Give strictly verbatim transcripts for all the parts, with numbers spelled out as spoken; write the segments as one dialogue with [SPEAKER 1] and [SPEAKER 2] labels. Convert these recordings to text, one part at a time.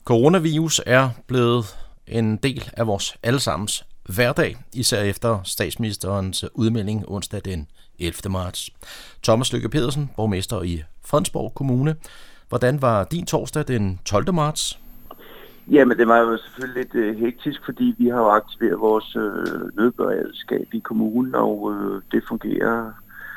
[SPEAKER 1] Coronavirus er blevet en del af vores allesammens hverdag, især efter statsministerens udmelding onsdag den ellevte marts. Thomas Lykke Pedersen, borgmester i Fredensborg Kommune. Hvordan var din torsdag den tolvte marts?
[SPEAKER 2] Jamen, det var jo selvfølgelig lidt øh, hektisk, fordi vi har jo aktiveret vores øh, nødberedskab i kommunen, og øh, det fungerer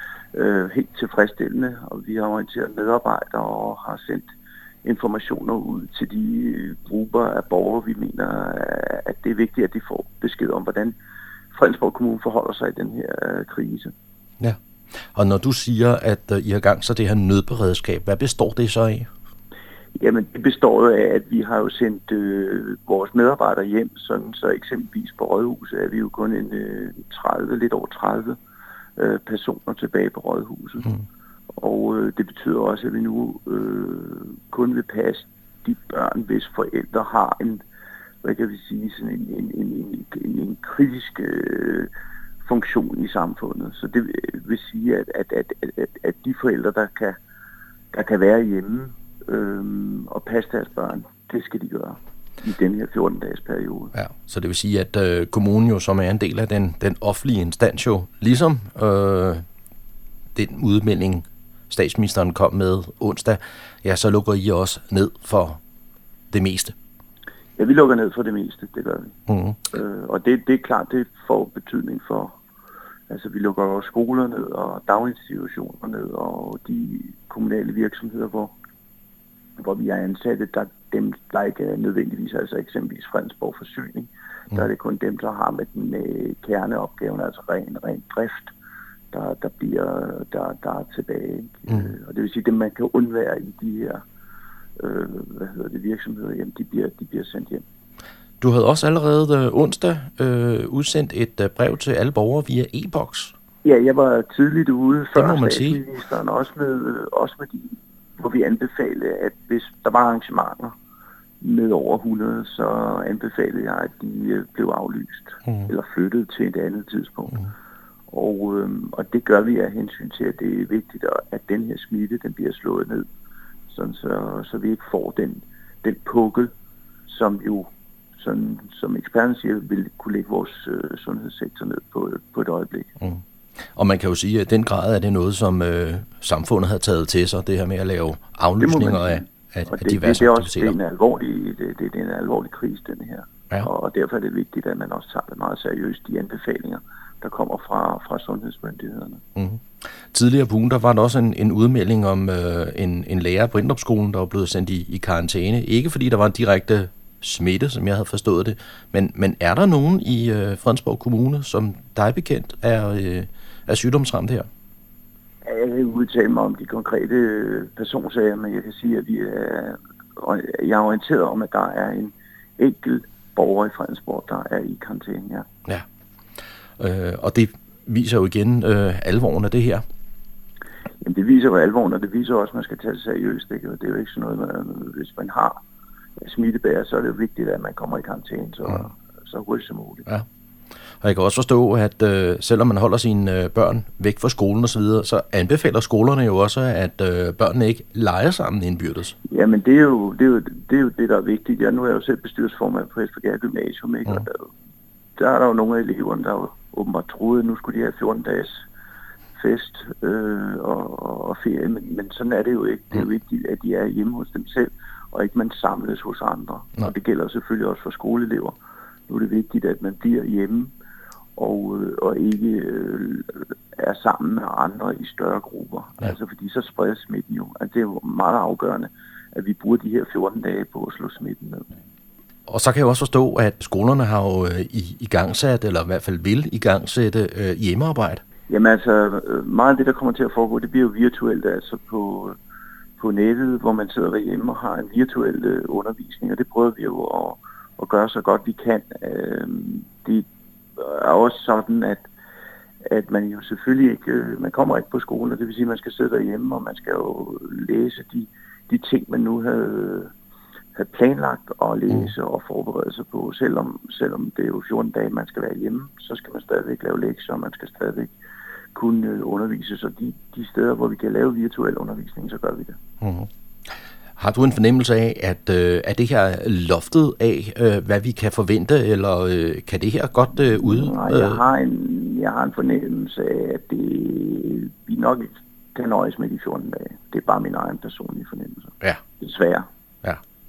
[SPEAKER 2] øh, helt tilfredsstillende. Og vi har orienteret medarbejdere og har sendt informationer ud til de grupper af borgere, vi mener, at det er vigtigt, at de får besked om, hvordan Fredensborg Kommune forholder sig i den her øh, krise.
[SPEAKER 1] Ja, og når du siger, at øh, I har gang så det her nødberedskab, hvad består det så af?
[SPEAKER 2] Jamen, det består jo af, at vi har jo sendt øh, vores medarbejdere hjem, sådan så eksempelvis på Rådhuset er vi jo kun en øh, tredive, lidt over tredive øh, personer tilbage på Rådhuset. Mm. Og øh, det betyder også, at vi nu øh, kun vil passe de børn, hvis forældre har en, hvad kan vi sige, sådan en, en, en, en, en, en kritisk øh, funktion i samfundet. Så det vil sige, at, at, at, at, at de forældre, der kan, der kan være hjemme, Øhm, og passe deres børn, det skal de gøre i den her fjorten-dages periode.
[SPEAKER 1] Ja, så det vil sige, at øh, kommunen jo, som er en del af den, den offentlige instans jo, ligesom øh, den udmelding, statsministeren kom med onsdag, ja, så lukker I også ned for det meste.
[SPEAKER 2] Ja, vi lukker ned for det meste, det gør vi.
[SPEAKER 1] Mm-hmm.
[SPEAKER 2] Øh, og det, det er klart, det får betydning for, altså vi lukker også skoler ned, og daginstitutioner ned, og de kommunale virksomheder, hvor hvor vi er ansatte, der dem, der ikke er nødvendigvis, altså eksempelvis Fredensborg Forsyning, mm. der er det kun dem, der har med den øh, kerneopgaven, altså ren, ren drift, der, der bliver der, der er tilbage. Mm. Øh, og det vil sige, at dem, man kan undvære i de her øh, hvad hedder det, virksomheder, jamen, de, bliver, de bliver sendt hjem.
[SPEAKER 1] Du havde også allerede øh, onsdag øh, udsendt et øh, brev til alle borgere via e-boks.
[SPEAKER 2] Ja, jeg var tidligt ude før statsministeren, også med, også med de hvor vi anbefalede, at hvis der var arrangementer med over hundrede, så anbefalede jeg, at de blev aflyst mm. eller flyttet til et andet tidspunkt. Mm. Og, øhm, og det gør vi af hensyn til, at det er vigtigt, at den her smitte, den bliver slået ned, sådan så, så vi ikke får den, den pukkel, som jo, sådan, som eksperten siger, vil kunne lægge vores øh, sundhedssektor ned på, på et øjeblik. Mm.
[SPEAKER 1] Og man kan jo sige, at den grad er det noget, som øh, samfundet har taget til sig, det her med at lave aflysninger af, af, af
[SPEAKER 2] det,
[SPEAKER 1] diverse
[SPEAKER 2] det, det er
[SPEAKER 1] aktiviteter.
[SPEAKER 2] Også, det, er en alvorlig, det, det, det er en alvorlig krise, den her.
[SPEAKER 1] Ja.
[SPEAKER 2] Og, og derfor er det vigtigt, at man også tager det meget seriøst, de anbefalinger, der kommer fra, fra sundhedsmyndighederne.
[SPEAKER 1] Mm-hmm. Tidligere på ugen, der var der også en, en udmelding om øh, en, en lærer på Brindrupskolen, der var blevet sendt i, i karantæne. Ikke fordi der var en direkte smitte, som jeg havde forstået det, men, men er der nogen i øh, Fredensborg Kommune, som dig bekendt er... Øh, er sygdomsramt her?
[SPEAKER 2] Jeg kan ikke udtale mig om de konkrete personsager, men jeg kan sige, at vi er, jeg er orienteret om, at der er en enkelt borger i Fredensborg, der er i karantæne.
[SPEAKER 1] Ja, ja. Øh, og det viser jo igen øh, alvoren af det her.
[SPEAKER 2] Jamen, det viser jo alvoren, og det viser også, at man skal tage det seriøst. Ikke? Det er jo ikke sådan noget, man, hvis man har smittebærer, så er det jo vigtigt, at man kommer i karantæne så, ja. så hurtigt som muligt.
[SPEAKER 1] Ja. Og jeg kan også forstå, at øh, selvom man holder sine øh, børn væk fra skolen og så videre, så anbefaler skolerne jo også, at øh, børnene ikke leger sammen indbyrdes.
[SPEAKER 2] Jamen det er jo det, er jo, det, er jo det der er vigtigt. Jeg, nu er jeg jo selv bestyrelsesformand på Espergærde Gymnasium, ikke? Mm. Og der, der er der jo nogle af eleverne, der jo åbenbart troede, at nu skulle de have fjorten dages fest øh, og, og ferie, men, men sådan er det jo ikke. Det er jo vigtigt, at de er hjemme hos dem selv, og ikke man samles hos andre. Mm. Og det gælder selvfølgelig også for skoleelever. Nu er det vigtigt, at man bliver hjemme, og, og ikke øh, er sammen med andre i større grupper. Ja. Altså fordi så spredes smitten jo. Altså det er jo meget afgørende, at vi bruger de her fjorten dage på at slå smitten ned.
[SPEAKER 1] Og så kan jeg også forstå, at skolerne har jo i, i gangsat, eller i hvert fald vil i gangsætte øh, hjemmearbejde.
[SPEAKER 2] Jamen altså, meget af det, der kommer til at foregå, det bliver jo virtuelt, altså på, på nettet, hvor man sidder derhjemme og har en virtuel øh, undervisning, og det prøver vi jo at, at gøre så godt vi kan. Øh, det er også sådan, at, at man jo selvfølgelig ikke, øh, man kommer ikke på skole, og det vil sige, at man skal sidde derhjemme, og man skal jo læse de, de ting, man nu havde, havde planlagt at læse og forberede sig på. Selvom, selvom det er jo fjorten dage, man skal være hjemme, så skal man stadigvæk lave lektier, og man skal stadigvæk kunne undervise. Så de, de steder, hvor vi kan lave virtuel undervisning, så gør vi det.
[SPEAKER 1] Mm-hmm. Har du en fornemmelse af, at øh, er det her loftet af, øh, hvad vi kan forvente, eller øh, kan det her godt øh, ud?
[SPEAKER 2] Nej, jeg har, en, jeg har en fornemmelse af, at det, vi nok ikke kan nøjes med de fjorten dage. Det er bare min egen personlige fornemmelse.
[SPEAKER 1] Ja.
[SPEAKER 2] Desværre.
[SPEAKER 1] Ja.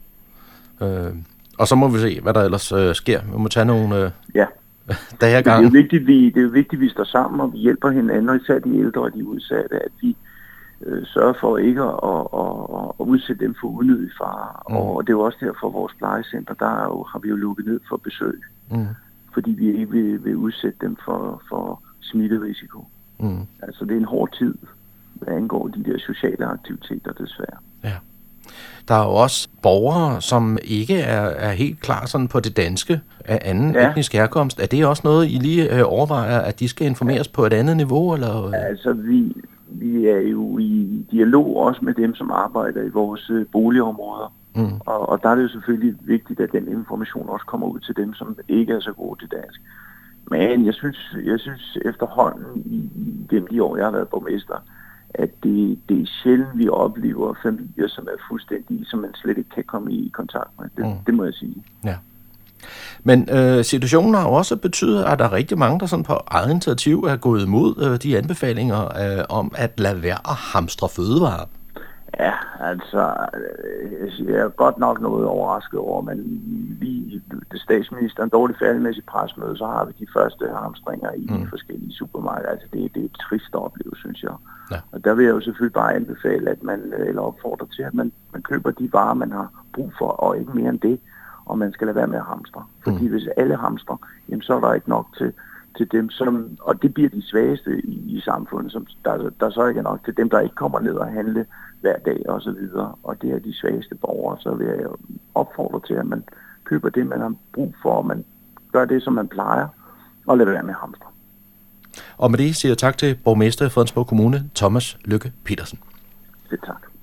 [SPEAKER 1] Øh, og så må vi se, hvad der ellers øh, sker. Vi må tage nogle øh,
[SPEAKER 2] ja.
[SPEAKER 1] dage ad
[SPEAKER 2] Det er jo
[SPEAKER 1] gangen.
[SPEAKER 2] vigtigt, vi, det er jo vigtigt, at vi står sammen, og vi hjælper hinanden, og især de ældre og de udsatte, at vi øh, sørger for ikke at, at, at, at udsætte dem for unødig fare. Mm. Og det er jo også derfor, vores plejecenter, der er jo, har vi jo lukket ned for besøg, mm. fordi vi ikke vil, vil udsætte dem for, for smitterisiko. Mm. Altså det er en hård tid, hvad angår de der sociale aktiviteter, desværre.
[SPEAKER 1] Ja. Der er jo også borgere, som ikke er, er helt klar sådan på det danske af anden ja. etnisk herkomst. Er det også noget, I lige øh, overvejer, at de skal informeres ja. på et andet niveau? Eller?
[SPEAKER 2] Altså, vi, vi er jo i dialog også med dem, som arbejder i vores øh, boligområder. Mm. Og, og der er det jo selvfølgelig vigtigt, at den information også kommer ud til dem, som ikke er så gode til dansk. Men jeg synes, jeg synes efterhånden, i, gennem de år, jeg har været borgmester, at det, det er sjældent, vi oplever familier, som er fuldstændig, som man slet ikke kan komme i kontakt med. Det, mm. det må jeg sige.
[SPEAKER 1] Ja. Men øh, situationen har også betydet, at der er rigtig mange, der sådan på eget initiativ er gået imod øh, de anbefalinger øh, om at lade være at hamstre fødevarer.
[SPEAKER 2] Ja, altså, jeg er godt nok noget overrasket over, men lige det statsministeren dårligt færdig med sit presmøde, så har vi de første hamstringer i mm. de forskellige supermarkeder. Altså, det, det er et trist oplevelse, synes jeg. Ja. Og der vil jeg jo selvfølgelig bare anbefale, at man, eller opfordre til, at man, man køber de varer, man har brug for, og ikke mere end det, og man skal lade være med at hamstre. Fordi mm. hvis alle hamstrer, jamen, så er der ikke nok til, til dem, som, og det bliver de svageste i, i samfundet, som der, der så ikke er nok til dem, der ikke kommer ned og handle hver dag og så videre, og det er de svageste borgere, så vil jeg jo opfordre til, at man køber det, man har brug for, og man gør det, som man plejer, og lader være med hamstre.
[SPEAKER 1] Og med det siger jeg tak til borgmester i Fredensborg Kommune, Thomas Lykke Petersen.
[SPEAKER 2] Det tak.